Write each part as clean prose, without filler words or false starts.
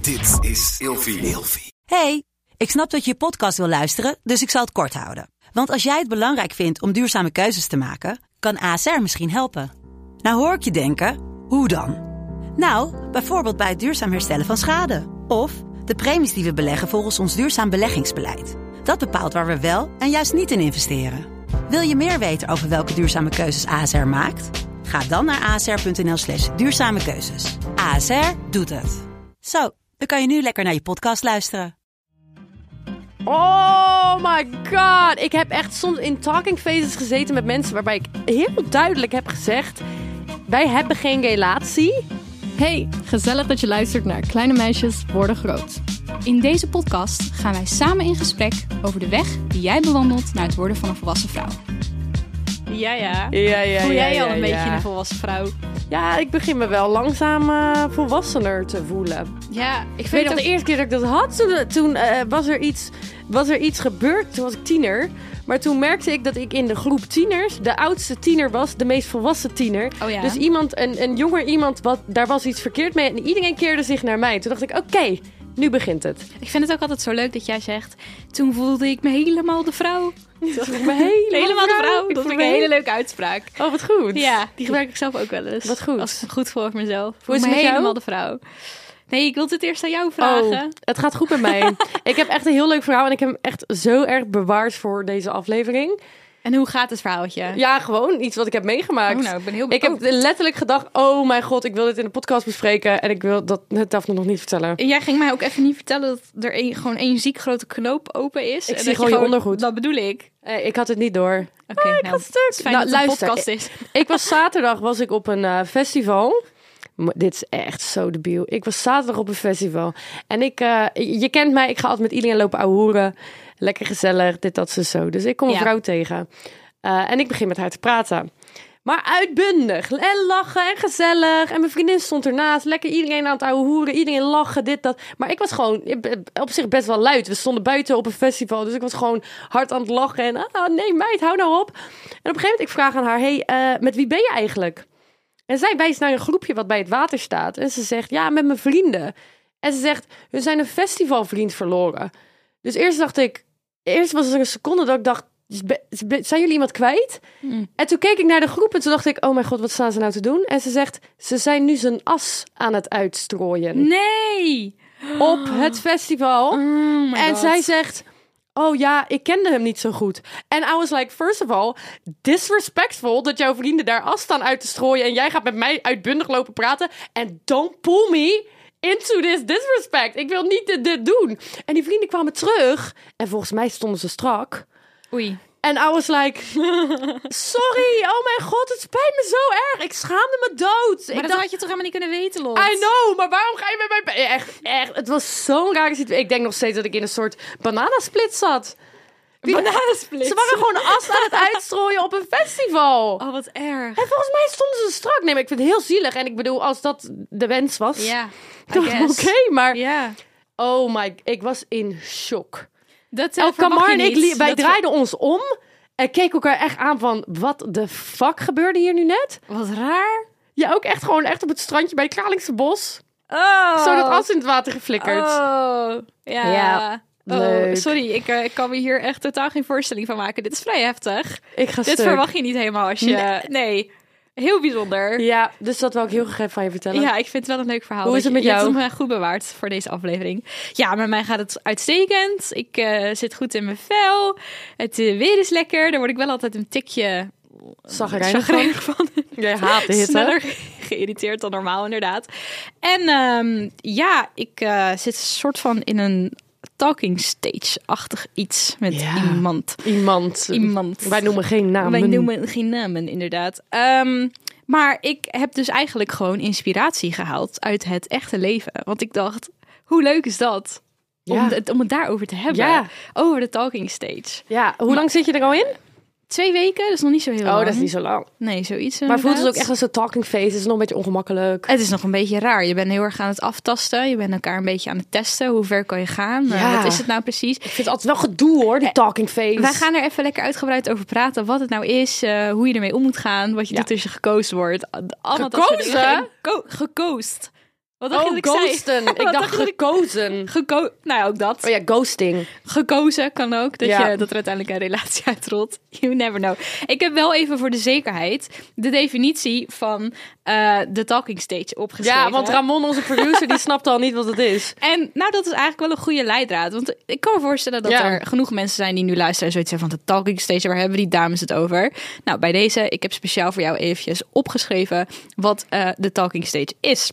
Dit is Ilfie. Hey, ik snap dat je je podcast wil luisteren, dus ik zal het kort houden. Want als jij het belangrijk vindt om duurzame keuzes te maken, kan ASR misschien helpen. Nou hoor ik je denken, hoe dan? Nou, bijvoorbeeld bij het duurzaam herstellen van schade. Of de premies die we beleggen volgens ons duurzaam beleggingsbeleid. Dat bepaalt waar we wel en juist niet in investeren. Wil je meer weten over welke duurzame keuzes ASR maakt? Ga dan naar asr.nl/duurzame keuzes. ASR doet het. Zo, dan kan je nu lekker naar je podcast luisteren. Oh my god. Ik heb echt soms in talking phases gezeten met mensen waarbij ik heel duidelijk heb gezegd: wij hebben geen relatie. Hey, gezellig dat je luistert naar Kleine Meisjes Worden Groot. In deze podcast gaan wij samen in gesprek over de weg die jij bewandelt naar het worden van een volwassen vrouw. Ja. Voel jij je al een beetje ja. een volwassen vrouw? Ja, ik begin me wel langzaam volwassener te voelen. Ja, Ik weet nog de eerste keer dat ik dat had, toen was er iets gebeurd. Toen was ik tiener. Maar toen merkte ik dat ik in de groep tieners de oudste tiener was, de meest volwassen tiener. Oh ja. Dus een jonger iemand, daar was iets verkeerd mee. En iedereen keerde zich naar mij. Toen dacht ik, oké, nu begint het. Ik vind het ook altijd zo leuk dat jij zegt: toen voelde ik me helemaal de vrouw. Helemaal de vrouw. Dat vind ik een hele leuke uitspraak. Oh, wat goed. Ja, die gebruik ik zelf ook wel eens. Wat goed. Als ik me goed voel over mezelf. Hoe is het me met jou? helemaal de vrouw. Nee, ik wil het eerst aan jou vragen. Oh, het gaat goed met mij. Ik heb echt een heel leuk verhaal en ik heb hem echt zo erg bewaard voor deze aflevering. En hoe gaat het verhaaltje? Ja, gewoon iets wat ik heb meegemaakt. Oh, nou, ik ben heel Ik heb benieuwd. letterlijk gedacht, oh mijn god, ik wil dit in de podcast bespreken. En ik wil dat het Daphne nog niet vertellen. En jij ging mij ook even niet vertellen dat er gewoon één ziek grote knoop open is. Ik en zie dat gewoon je ondergoed. Dat bedoel ik. Ik had het niet door. Oké, ik ga stuk. Het is fijn Nou, dat het een luister, podcast is. Ik was zaterdag op een festival. Dit is echt zo debiel. Ik was zaterdag op een festival. En je kent mij, ik ga altijd met iedereen lopen ouwehoeren. Lekker gezellig, dit, dat, zo. Dus ik kom een vrouw tegen. En ik begin met haar te praten. Maar uitbundig. En lachen en gezellig. En mijn vriendin stond ernaast. Lekker iedereen aan het ouwehoeren. Iedereen lachen, dit, dat. Maar ik was gewoon op zich best wel luid. We stonden buiten op een festival. Dus ik was gewoon hard aan het lachen. En nee meid, hou nou op. En op een gegeven moment ik vraag aan haar: hey, met wie ben je eigenlijk? En zij wijst naar een groepje wat bij het water staat. En ze zegt, ja, met mijn vrienden. En ze zegt, we zijn een festivalvriend verloren. Dus eerst was er een seconde dat ik dacht, zijn jullie iemand kwijt? En toen keek ik naar de groep en toen dacht ik, oh mijn god, wat staan ze nou te doen? En ze zegt, ze zijn nu zijn as aan het uitstrooien. Nee! Op het festival. Oh my en God. zij zegt, oh ja, ik kende hem niet zo goed. En I was like, first of all, disrespectful dat jouw vrienden daar as staan uit te strooien en jij gaat met mij uitbundig lopen praten. En don't pull me into this disrespect. Ik wil niet dit doen. En die vrienden kwamen terug en volgens mij stonden ze strak. Oei. En I was like, sorry, oh mijn god, het spijt me zo erg. Ik schaamde me dood. Maar dat had je toch helemaal niet kunnen weten, Lot? I know, maar waarom ga je met mij... Echt, het was zo'n rare situatie. Ik denk nog steeds dat ik in een soort bananasplit zat. Bananensplit. Ze waren gewoon as aan het uitstrooien op een festival. Oh, wat erg. En volgens mij stonden ze strak. Nee, maar ik vind het heel zielig. En ik bedoel, als dat de wens was, Ja, dan oké. Maar, Ja. oh my, ik was in shock. Dat El Kamar en ik, wij Dat draaiden ons om en keken elkaar echt aan van, wat de fuck gebeurde hier nu net? Wat raar. Ja, ook echt gewoon echt op het strandje bij het Kralingse Bos. Oh. Zo dat as in het water geflikkerd. Oh. Ja. Ja, leuk. Oh, sorry, ik kan me hier echt totaal geen voorstelling van maken. Dit is vrij heftig. Ik ga Dit stuk. verwacht je niet helemaal als je... Nee. Heel bijzonder. Ja, dus dat wil ik heel graag van je vertellen. Ja, ik vind het wel een leuk verhaal. Hoe is het met Je jou? hebt hem goed bewaard voor deze aflevering. Ja, met mij gaat het uitstekend. Ik zit goed in mijn vel. Het weer is lekker. Daar word ik wel altijd een tikje chagrijnig van. Jij haat de hitte. Sneller geïrriteerd dan normaal, inderdaad. En ik zit een soort van in een talking stage-achtig iets met iemand. Wij noemen geen namen. Wij noemen geen namen, inderdaad. Maar ik heb dus eigenlijk gewoon inspiratie gehaald uit het echte leven. Want ik dacht, hoe leuk is dat? Ja. Om het daarover te hebben. Ja. Over de talking stage. Ja, hoe lang zit je er al in? 2 weken, dus nog niet zo heel lang. Oh, dat is niet zo lang. Nee, zoiets. Maar voelt het inderdaad. ook echt als een talking face? Het is nog een beetje ongemakkelijk. Het is nog een beetje raar. Je bent heel erg aan het aftasten. Je bent elkaar een beetje aan het testen. Hoe ver kan je gaan? Ja. Wat is het nou precies? Ik vind het altijd wel gedoe hoor, die talking face. Wij gaan er even lekker uitgebreid over praten. Wat het nou is. Hoe je ermee om moet gaan. Wat je doet als je gekozen wordt. Allemaal dat soort Gekozen? dingen. Gekozen. Wat dacht je dat ik ghosten. zei? Ik dacht gekozen. Nou ja, ook dat. Oh ja, ghosting. Gekozen kan ook. Dat Ja. er uiteindelijk een relatie uitrolt. You never know. Ik heb wel even voor de zekerheid de definitie van de talking stage opgeschreven. Ja, want Ramon, onze producer, die snapt al niet wat het is. En nou, dat is eigenlijk wel een goede leidraad. Want ik kan me voorstellen dat er genoeg mensen zijn die nu luisteren en zoiets zeggen van de talking stage, waar hebben die dames het over? Nou, bij deze, ik heb speciaal voor jou eventjes opgeschreven wat de talking stage is.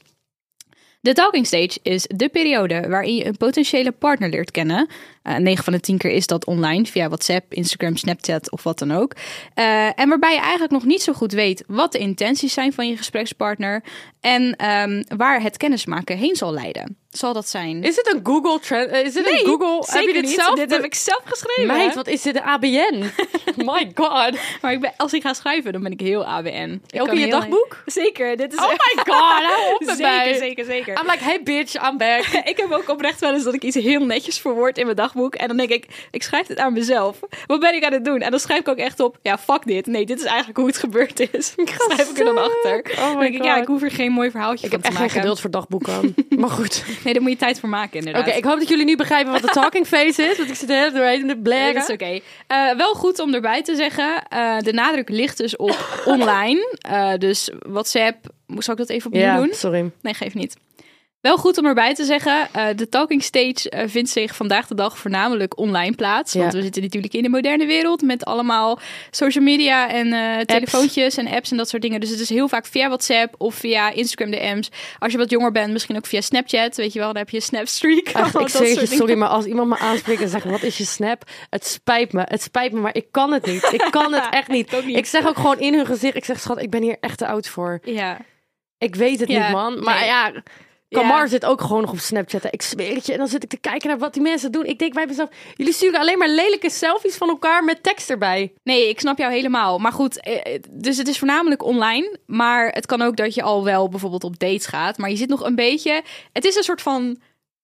De talking stage is de periode waarin je een potentiële partner leert kennen. 9 van de 10 keer is dat online via WhatsApp, Instagram, Snapchat of wat dan ook. En waarbij je eigenlijk nog niet zo goed weet wat de intenties zijn van je gesprekspartner en waar het kennismaken heen zal leiden. Zal dat zijn? Is het een Google is het een Google? Zeker heb je dit niet. zelf? Dit heb ik zelf geschreven. Meid, wat is dit, een ABN? My god. Maar als ik ga schrijven, dan ben ik heel ABN. Ook in je dagboek? Zeker. Dit is Oh my god, hou op met mij. Zeker. I'm like, hey bitch, I'm back. Ik heb ook oprecht wel eens dat ik iets heel netjes verwoord in mijn dagboek. En dan denk ik schrijf dit aan mezelf. Wat ben ik aan het doen? En dan schrijf ik ook echt op, ja, fuck dit. Nee, dit is eigenlijk hoe het gebeurd is. Schrijf ik er dan achter. Oh Dan my denk ik, ja, god. ik hoef er geen mooi verhaaltje Ik van heb te echt geen maken. geduld voor dagboeken. Maar goed. Nee, daar moet je tijd voor maken, inderdaad. Oké, ik hoop dat jullie nu begrijpen wat de talking phase is. Want ik zit de hele tijd doorheen te Nee, blaren. dat is oké. Wel goed om erbij te zeggen. De nadruk ligt dus op online. Dus WhatsApp. Zal ik dat even opnieuw doen? sorry. Nee, geef niet. Wel goed om erbij te zeggen. De talking stage vindt zich vandaag de dag voornamelijk online plaats. Want Ja. we zitten natuurlijk in de moderne wereld met allemaal social media en telefoontjes en apps en dat soort dingen. Dus het is heel vaak via WhatsApp of via Instagram DM's. Als je wat jonger bent, misschien ook via Snapchat. Weet je wel, dan heb je Snapstreak. Echt, ik zeg je, sorry, maar als iemand me aanspreekt en zegt, wat is je snap? Het spijt me, maar ik kan het niet. Ik kan het echt niet. Ik ook niet. Ik zeg ook gewoon in hun gezicht, ik zeg, schat, ik ben hier echt te oud voor. Ja. Ik weet het Ja, niet, man. Maar nee. ja, Kamar zit ook gewoon nog op Snapchat. Ik zweer het je. En dan zit ik te kijken naar wat die mensen doen. Ik denk bij mezelf, jullie sturen alleen maar lelijke selfies van elkaar met tekst erbij. Nee, ik snap jou helemaal. Maar goed, dus het is voornamelijk online. Maar het kan ook dat je al wel bijvoorbeeld op dates gaat. Maar je zit nog een beetje... Het is een soort van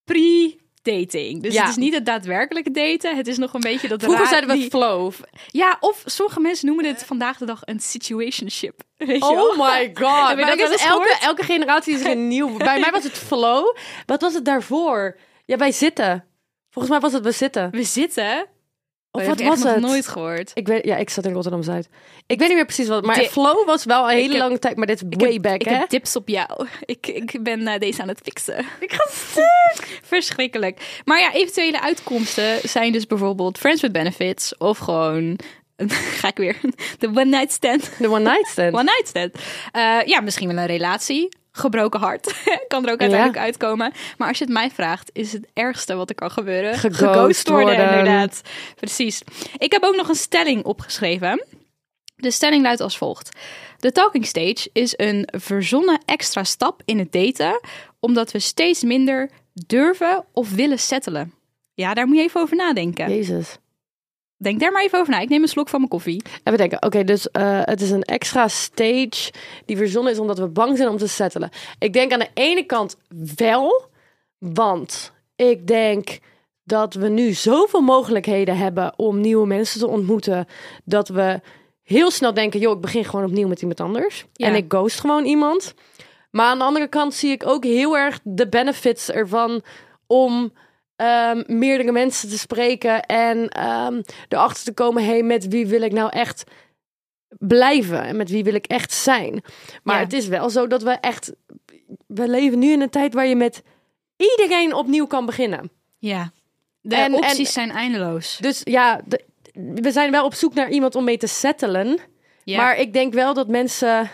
pre-dating. Dus Ja. het is niet het daadwerkelijke daten. Het is nog een beetje dat... Vroeger zeiden we flow. Ja, of sommige mensen noemen het vandaag de dag een situationship. Weet je wel? Oh my god. Heb je Maar dat wel eens elke generatie is er een nieuw. Bij mij was het flow. Wat was het daarvoor? Ja, bij zitten. Volgens mij was het we zitten. We zitten... Of Dat wat heb ik echt was nog het? nooit gehoord. Ik zat in Rotterdam-Zuid. Ik weet niet meer precies wat. Maar flow was wel een hele heb- lange tijd. Maar dit is way back, Ik hè? heb tips op jou. Ik ben deze aan het fixen. Ik ga stuk. Verschrikkelijk. Maar ja, eventuele uitkomsten zijn dus bijvoorbeeld friends with benefits of gewoon... Ga ik weer. De one night stand. De one night stand. One night stand. Ja, misschien wel een relatie. Gebroken hart. Kan er ook uiteindelijk uitkomen. Maar als je het mij vraagt, is het ergste wat er kan gebeuren. Geghost worden. Inderdaad. Precies. Ik heb ook nog een stelling opgeschreven. De stelling luidt als volgt. De talking stage is een verzonnen extra stap in het daten, omdat we steeds minder durven of willen settelen. Ja, daar moet je even over nadenken. Jezus. Denk daar maar even over na. Ik neem een slok van mijn koffie. En we denken, oké, dus het is een extra stage die verzonnen is omdat we bang zijn om te settelen. Ik denk aan de ene kant wel, want ik denk dat we nu zoveel mogelijkheden hebben om nieuwe mensen te ontmoeten, dat we heel snel denken, joh, ik begin gewoon opnieuw met iemand anders. Ja. En ik ghost gewoon iemand. Maar aan de andere kant zie ik ook heel erg de benefits ervan om meerdere mensen te spreken en erachter te komen, hey, met wie wil ik nou echt blijven en met wie wil ik echt zijn. Maar het is wel zo dat we leven nu in een tijd waar je met iedereen opnieuw kan beginnen. Ja. De opties zijn eindeloos. Dus ja, we zijn wel op zoek naar iemand om mee te settelen. Ja. Maar ik denk wel dat mensen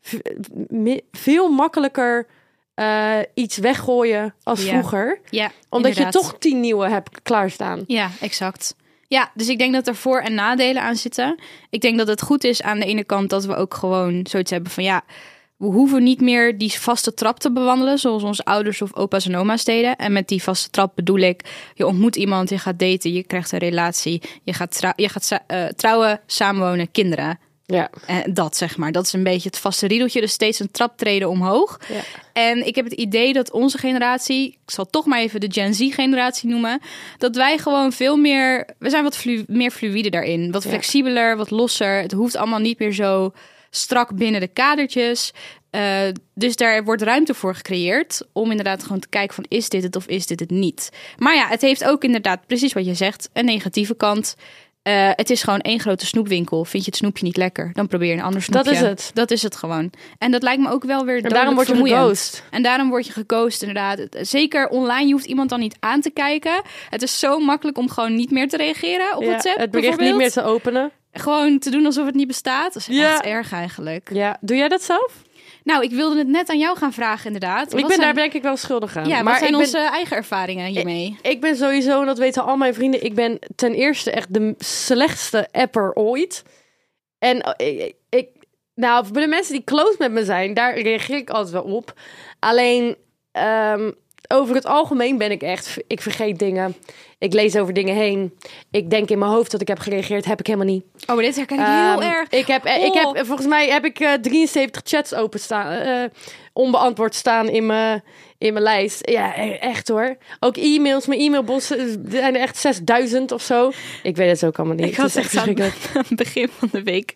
veel makkelijker iets weggooien als vroeger. Ja, Omdat inderdaad. je toch 10 nieuwe hebt klaarstaan. Ja, exact. Ja, dus ik denk dat er voor- en nadelen aan zitten. Ik denk dat het goed is aan de ene kant dat we ook gewoon zoiets hebben van ja, we hoeven niet meer die vaste trap te bewandelen zoals onze ouders of opa's en oma's deden. En met die vaste trap bedoel ik, je ontmoet iemand, je gaat daten, je krijgt een relatie, je gaat trouwen, samenwonen, kinderen. Ja. En dat zeg maar, dat is een beetje het vaste riedeltje. Dus steeds een traptreden omhoog. Ja. En ik heb het idee dat onze generatie, ik zal toch maar even de Gen Z-generatie noemen, dat wij gewoon veel meer, we zijn wat meer fluïde daarin. Wat flexibeler, wat losser. Het hoeft allemaal niet meer zo strak binnen de kadertjes. Dus daar wordt ruimte voor gecreëerd om inderdaad gewoon te kijken van is dit het of is dit het niet. Maar ja, het heeft ook inderdaad precies wat je zegt, een negatieve kant. Het is gewoon één grote snoepwinkel. Vind je het snoepje niet lekker, dan probeer je een ander snoepje. Dat is het. Dat is het gewoon. En dat lijkt me ook wel weer en daarom word je geghost. En daarom word je geghost, inderdaad. Zeker online, je hoeft iemand dan niet aan te kijken. Het is zo makkelijk om gewoon niet meer te reageren op WhatsApp. Het bericht niet meer te openen. Gewoon te doen alsof het niet bestaat. Dat is echt erg eigenlijk. Ja, doe jij dat zelf? Nou, ik wilde het net aan jou gaan vragen, inderdaad. Daar denk ik wel schuldig aan. Ja, maar wat zijn onze eigen ervaringen hiermee? Ik ben sowieso, en dat weten al mijn vrienden, ik ben ten eerste echt de slechtste apper ooit. En nou, voor de mensen die close met me zijn, daar reageer ik altijd wel op. Alleen, over het algemeen ben ik echt, ik vergeet dingen. Ik lees over dingen heen. Ik denk in mijn hoofd dat ik heb gereageerd, heb ik helemaal niet. Oh, maar dit herken ik heel erg. Volgens mij heb ik 73 chats openstaan, onbeantwoord staan in mijn lijst. Ja, echt hoor. Ook e-mails, mijn e-mailbos zijn er echt 6000 of zo. Ik weet het ook allemaal niet. Ik had echt aan het begin van de week.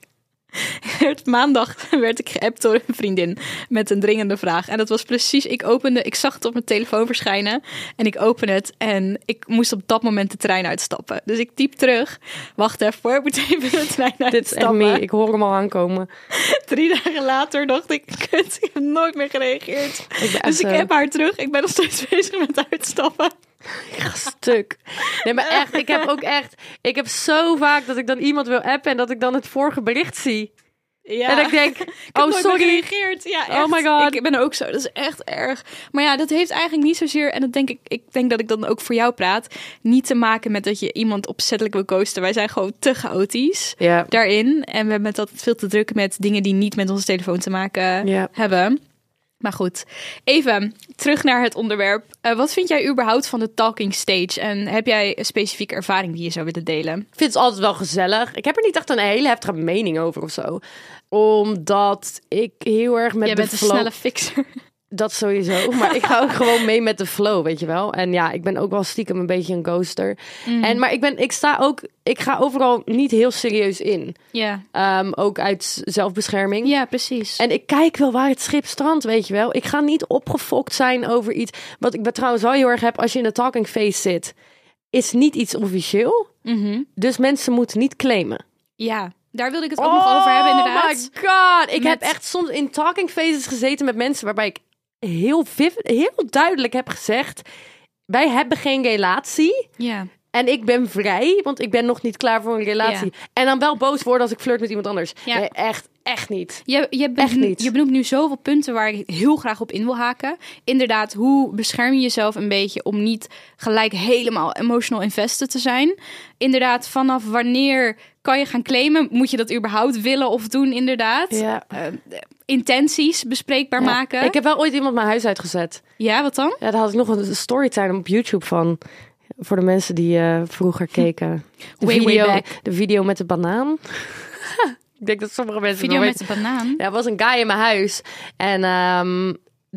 Maandag werd ik geappt door een vriendin met een dringende vraag. En dat was precies, ik zag het op mijn telefoon verschijnen. En ik open het en ik moest op dat moment de trein uitstappen. Dus ik typ terug. Wacht even hoor, ik moet even de trein uitstappen. Dit is echt me, ik hoor hem al aankomen. 3 dagen later dacht ik, kut, ik heb nooit meer gereageerd. Dus ik app haar terug. Ik ben nog steeds bezig met uitstappen. Ik ga stuk. Nee, maar echt, ik heb zo vaak dat ik dan iemand wil appen en dat ik dan het vorige bericht zie. Ja. En ik denk, sorry. Gereageerd. Ja, echt. Oh my god. Ik ben ook zo. Dat is echt erg. Maar ja, dat heeft eigenlijk niet zozeer, en dat denk ik denk dat ik dan ook voor jou praat, niet te maken met dat je iemand opzettelijk wil ghosten. Wij zijn gewoon te chaotisch daarin. En we hebben het altijd veel te druk met dingen die niet met onze telefoon te maken hebben. Maar goed, even terug naar het onderwerp. Wat vind jij überhaupt van de talking stage? En heb jij een specifieke ervaring die je zou willen delen? Ik vind het altijd wel gezellig. Ik heb er niet echt een hele heftige mening over of zo. Omdat ik heel erg met jij bent een snelle fixer. Dat sowieso. Maar ik ga ook gewoon mee met de flow, weet je wel. En ja, ik ben ook wel stiekem een beetje een ghoster. Maar ik ga overal niet heel serieus in. Ja. Ook uit zelfbescherming. Ja, precies. En ik kijk wel waar het schip strandt, weet je wel. Ik ga niet opgefokt zijn over iets. Wat ik trouwens wel heel erg heb als je in de talking phase zit. Is niet iets officieel. Mm-hmm. Dus mensen moeten niet claimen. Ja. Daar wilde ik het ook nog over hebben, inderdaad. Oh my god. Ik heb echt soms in talking phases gezeten met mensen waarbij ik heel duidelijk heb gezegd, wij hebben geen relatie. Ja. En ik ben vrij, want ik ben nog niet klaar voor een relatie. Ja. En dan wel boos worden als ik flirt met iemand anders. Ja. Nee, echt niet. Je benoemt nu zoveel punten waar ik heel graag op in wil haken. Inderdaad, hoe bescherm je jezelf een beetje om niet gelijk helemaal emotional invested te zijn? Inderdaad, vanaf wanneer kan je gaan claimen? Moet je dat überhaupt willen of doen, inderdaad? Ja. Intenties bespreekbaar maken. Ik heb wel ooit iemand mijn huis uitgezet. Ja, wat dan? Ja, daar had ik nog een storytime op YouTube van. Voor de mensen die vroeger keken. De video met de banaan. Ik denk dat sommige mensen... Video met de banaan? Ja, er was een guy in mijn huis. En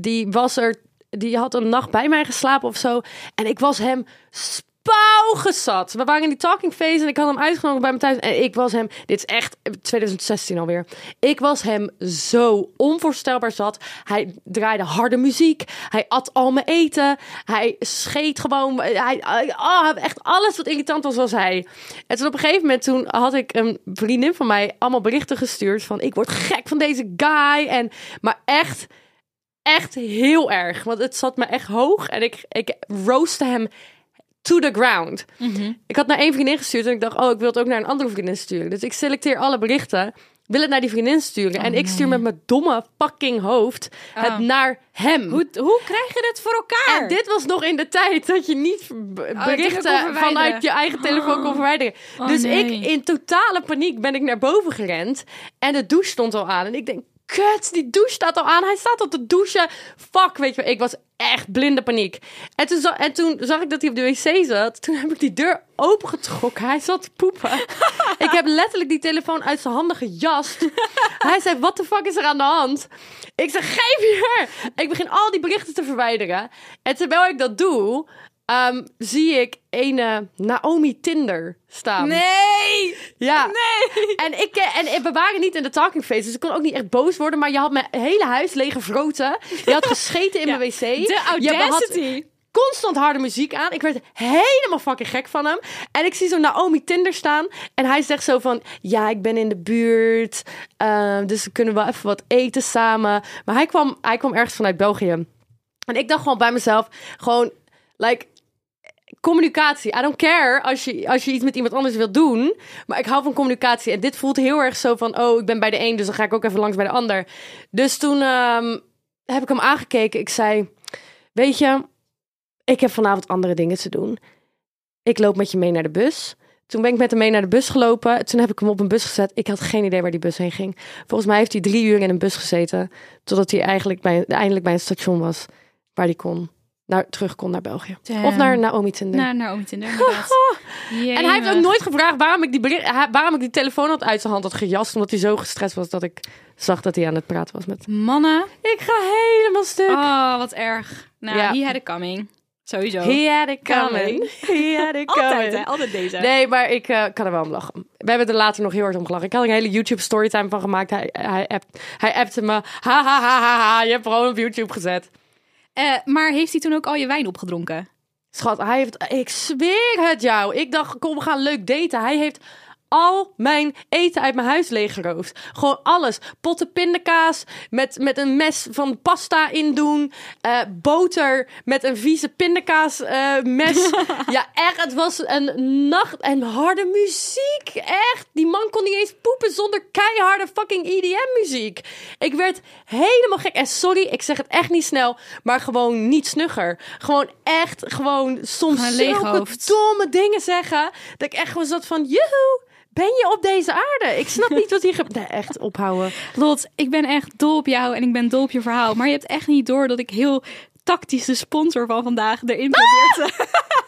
die had een nacht bij mij geslapen of zo. En ik was hem spauwgezat. We waren in die talking phase en ik had hem uitgenodigd bij me thuis. En ik was hem... Dit is echt 2016 alweer. Ik was hem zo onvoorstelbaar zat. Hij draaide harde muziek. Hij at al mijn eten. Hij scheet gewoon. Echt alles wat irritant was hij. En toen op een gegeven moment had ik een vriendin van mij allemaal berichten gestuurd van ik word gek van deze guy. Maar echt heel erg. Want het zat me echt hoog. En ik roastte hem to the ground. Mm-hmm. Ik had naar één vriendin gestuurd en ik dacht, ik wil het ook naar een andere vriendin sturen. Dus ik selecteer alle berichten, wil het naar die vriendin sturen. En ik stuur met mijn domme fucking hoofd het naar hem. Hoe krijg je dit voor elkaar? En dit was nog in de tijd dat je niet berichten vanuit je eigen telefoon kon verwijderen. Dus ik in totale paniek ben ik naar boven gerend en de douche stond al aan. En ik denk, kut, die douche staat al aan. Hij staat al te douchen. Fuck, weet je wel. Ik was echt blinde paniek. En toen zag ik dat hij op de wc zat. Toen heb ik die deur opengetrokken. Hij zat te poepen. Ik heb letterlijk die telefoon uit zijn handen gejast. Hij zei, what the fuck is er aan de hand? Ik zeg, geef hier. Ik begin al die berichten te verwijderen. En terwijl ik dat doe, zie ik een Naomi Tinder staan. Nee! Ja. Nee! En we waren niet in de talking phase, dus ik kon ook niet echt boos worden. Maar je had mijn hele huis leeg gevroten. Je had gescheten in mijn wc. De audacity. Constant harde muziek aan. Ik werd helemaal fucking gek van hem. En ik zie zo'n Naomi Tinder staan. En hij zegt zo van... Ja, ik ben in de buurt. Dus we kunnen wel even wat eten samen. Maar hij kwam ergens vanuit België. En ik dacht gewoon bij mezelf... Gewoon, communicatie. I don't care als je iets met iemand anders wilt doen. Maar ik hou van communicatie. En dit voelt heel erg zo van... Oh, ik ben bij de een, dus dan ga ik ook even langs bij de ander. Dus toen heb ik hem aangekeken. Ik zei... Weet je... Ik heb vanavond andere dingen te doen. Ik loop met je mee naar de bus. Toen ben ik met hem mee naar de bus gelopen. Toen heb ik hem op een bus gezet. Ik had geen idee waar die bus heen ging. Volgens mij heeft hij 3 uur in een bus gezeten. Totdat hij eindelijk bij een station was. Waar hij terug kon naar België. Damn. Of naar Naomi Tinder. Naar Naomi Tinder, inderdaad. En hij heeft ook nooit gevraagd waarom ik die telefoon uit zijn hand had gejast. Omdat hij zo gestrest was dat ik zag dat hij aan het praten was met... Mannen. Ik ga helemaal stuk. Oh, wat erg. Nou, Ja. he had it coming. Sowieso. He had it coming. He had it coming. Altijd, hè? Altijd deze. Nee, maar ik kan er wel om lachen. We hebben er later nog heel hard om gelachen. Ik had een hele YouTube storytime van gemaakt. Hij appte me. Ha, ha, ha, ha, ha. Je hebt gewoon op YouTube gezet. Maar heeft hij toen ook al je wijn opgedronken? Schat, ik zweer het jou. Ik dacht, kom, we gaan leuk daten. Hij heeft al mijn eten uit mijn huis leeggeroofd. Gewoon alles. Potten pindakaas met een mes van pasta in doen. Boter met een vieze pindakaas mes. Ja, echt. Het was een nacht en harde muziek. Echt. Die man kon niet eens poepen zonder keiharde fucking EDM-muziek. Ik werd helemaal gek. En sorry, ik zeg het echt niet snel, maar gewoon niet snugger. Gewoon echt, soms zulke domme dingen zeggen. Dat ik echt gewoon zat van, joehoe. Ben je op deze aarde? Ik snap niet wat hier gebeurt. Nee, echt ophouden. Lot, ik ben echt dol op jou en ik ben dol op je verhaal. Maar je hebt echt niet door dat ik heel tactisch de sponsor van vandaag erin probeer te...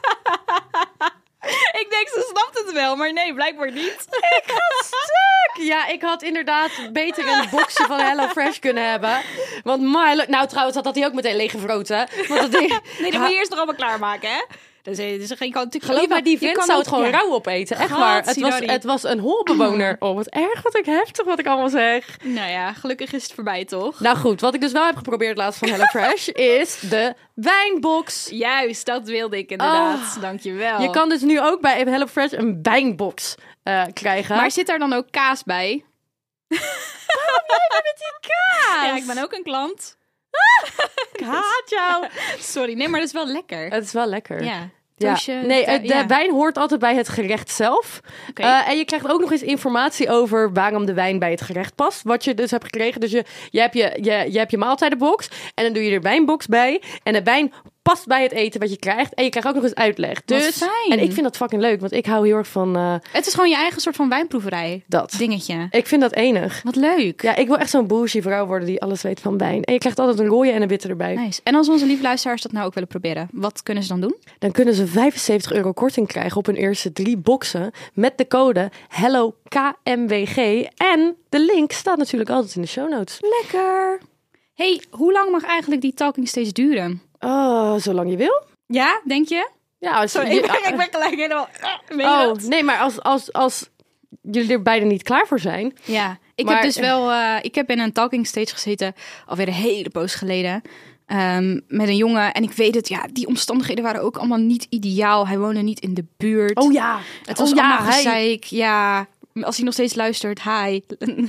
Ik denk, ze snapt het wel, maar nee, blijkbaar niet. Ik ga stuk! Ja, ik had inderdaad beter een boxje van HelloFresh kunnen hebben. Want nou, trouwens, had hij ook meteen leeggevroten. Want Nee, dat moet je eerst nog allemaal klaarmaken, hè? Dus je kan natuurlijk... Geloof mij, die vent zou het gewoon rauw opeten. Echt waar. Het was een holbewoner. Oh, wat erg, wat heftig wat ik allemaal zeg. Nou ja, gelukkig is het voorbij, toch? Nou goed, wat ik dus wel heb geprobeerd laatst van HelloFresh is de wijnbox. Juist, dat wilde ik inderdaad. Dankjewel. Je kan dus nu ook bij HelloFresh een wijnbox krijgen. Maar zit daar dan ook kaas bij? Waarom jij met die kaas? Ja, ik ben ook een klant. Ik haat jou. Sorry, nee, maar dat is wel lekker. Het is wel lekker. Ja. Ja. Toosje, Nee, de wijn hoort altijd bij het gerecht zelf. Okay. En je krijgt ook nog eens informatie over waarom de wijn bij het gerecht past. Wat je dus hebt gekregen. Dus je hebt je maaltijdenbox. En dan doe je er wijnbox bij. En de wijn past bij het eten wat je krijgt. En je krijgt ook nog eens uitleg. Dus, fijn. En ik vind dat fucking leuk. Want ik hou heel erg van... Het is gewoon je eigen soort van wijnproeverij. Dat dingetje. Ik vind dat enig. Wat leuk. Ja, ik wil echt zo'n bougie vrouw worden die alles weet van wijn. En je krijgt altijd een rode en een witte erbij. Nice. En als onze lieve luisteraars dat nou ook willen proberen, wat kunnen ze dan doen? Dan kunnen ze €75 korting krijgen op hun eerste 3 boxen met de code HELLOKMWG. En de link staat natuurlijk altijd in de show notes. Lekker. Hey, hoe lang mag eigenlijk die talking stage duren? Oh, zolang je wil. Ja, denk je? Ja, Sorry, ik ben gelijk helemaal... Nee, maar als jullie er beide niet klaar voor zijn. Ja, ik heb in een talking stage gezeten, alweer een hele poos geleden, met een jongen. En ik weet het, ja, die omstandigheden waren ook allemaal niet ideaal. Hij woonde niet in de buurt. Oh ja. Het was allemaal gezeik. Ja, als hij nog steeds luistert, hi.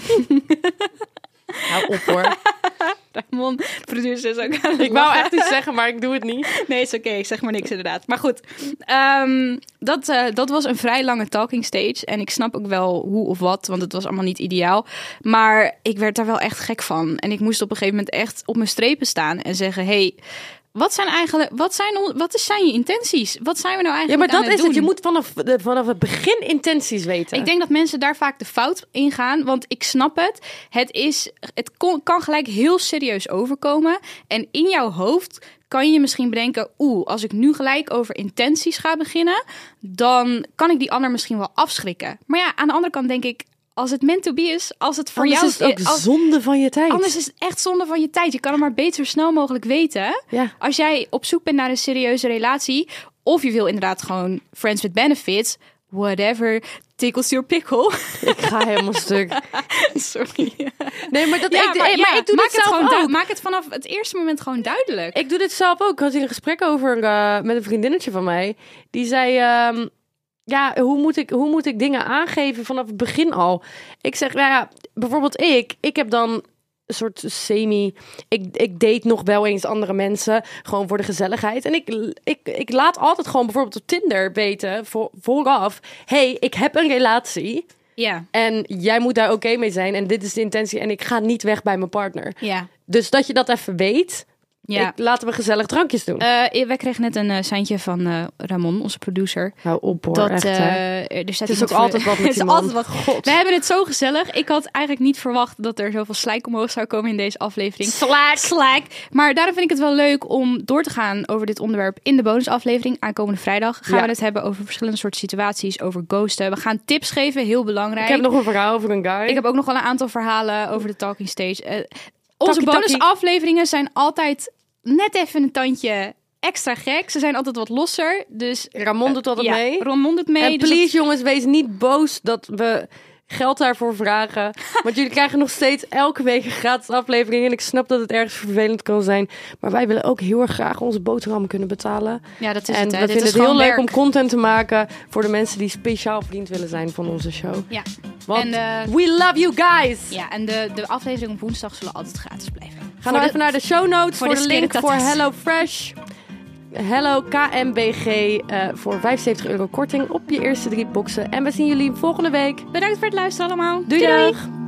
Hou op hoor. Ramon, de producer is ook aan het Ik wou echt iets zeggen, maar ik doe het niet. Nee, is oké. Zeg maar niks inderdaad. Maar goed, dat was een vrij lange talking stage. En ik snap ook wel hoe of wat, want het was allemaal niet ideaal. Maar ik werd daar wel echt gek van. En ik moest op een gegeven moment echt op mijn strepen staan en zeggen, hey, wat zijn je intenties? Wat zijn we nou eigenlijk aan het doen? Ja, maar dat is het. Je moet vanaf het begin intenties weten. Ik denk dat mensen daar vaak de fout in gaan. Want ik snap het. Het kan gelijk heel serieus overkomen. En in jouw hoofd kan je misschien bedenken, als ik nu gelijk over intenties ga beginnen, dan kan ik die ander misschien wel afschrikken. Maar ja, aan de andere kant denk ik, als het meant to be is, als het voor anders jou is het ook zonde van je tijd. Anders is het echt zonde van je tijd. Je kan het maar beter zo snel mogelijk weten. Ja. Als jij op zoek bent naar een serieuze relatie, Of je wil inderdaad gewoon friends with benefits. Whatever tickles your pickle. Ik ga helemaal stuk. Sorry. Nee, maar ik doe dit zelf ook. Maak het vanaf het eerste moment gewoon duidelijk. Ik doe dit zelf ook. Ik had hier een gesprek over met een vriendinnetje van mij. Die zei, hoe moet ik dingen aangeven vanaf het begin al? Ik zeg, bijvoorbeeld ik heb dan een soort ik date nog wel eens andere mensen, gewoon voor de gezelligheid. En ik laat altijd gewoon bijvoorbeeld op Tinder weten, vooraf, hey, ik heb een relatie. Ja. En jij moet daar oké mee zijn. En dit is de intentie. En ik ga niet weg bij mijn partner. Ja. Dus dat je dat even weet. Ja. Laten we gezellig drankjes doen. Wij kregen net een seintje van Ramon, onze producer. Hou op hoor, dat, echt hè. Het is ook altijd wat met die man. Altijd wat. We hebben het zo gezellig. Ik had eigenlijk niet verwacht dat er zoveel slijk omhoog zou komen in deze aflevering. Slijk. Maar daarom vind ik het wel leuk om door te gaan over dit onderwerp in de bonusaflevering. Aankomende vrijdag gaan we het hebben over verschillende soorten situaties, over ghosten. We gaan tips geven, heel belangrijk. Ik heb nog een verhaal over een guy. Ik heb ook nog wel een aantal verhalen over de talking stage. Onze bonusafleveringen zijn altijd net even een tandje extra gek. Ze zijn altijd wat losser. Dus Ramon doet altijd mee. Ramon doet mee. En please jongens, wees niet boos dat we geld daarvoor vragen. Want jullie krijgen nog steeds elke week een gratis aflevering. En ik snap dat het ergens vervelend kan zijn. Maar wij willen ook heel erg graag onze boterham kunnen betalen. Ja, dat is en het. we vinden het heel leuk om content te maken voor de mensen die speciaal vriend willen zijn van onze show. Ja. Want we love you guys! Ja, en de aflevering op woensdag zullen altijd gratis blijven. Ga nou even naar de show notes voor de link voor HelloFresh. Hello KMBG voor €75 korting op je eerste 3 boxen. En we zien jullie volgende week. Bedankt voor het luisteren allemaal. Doei.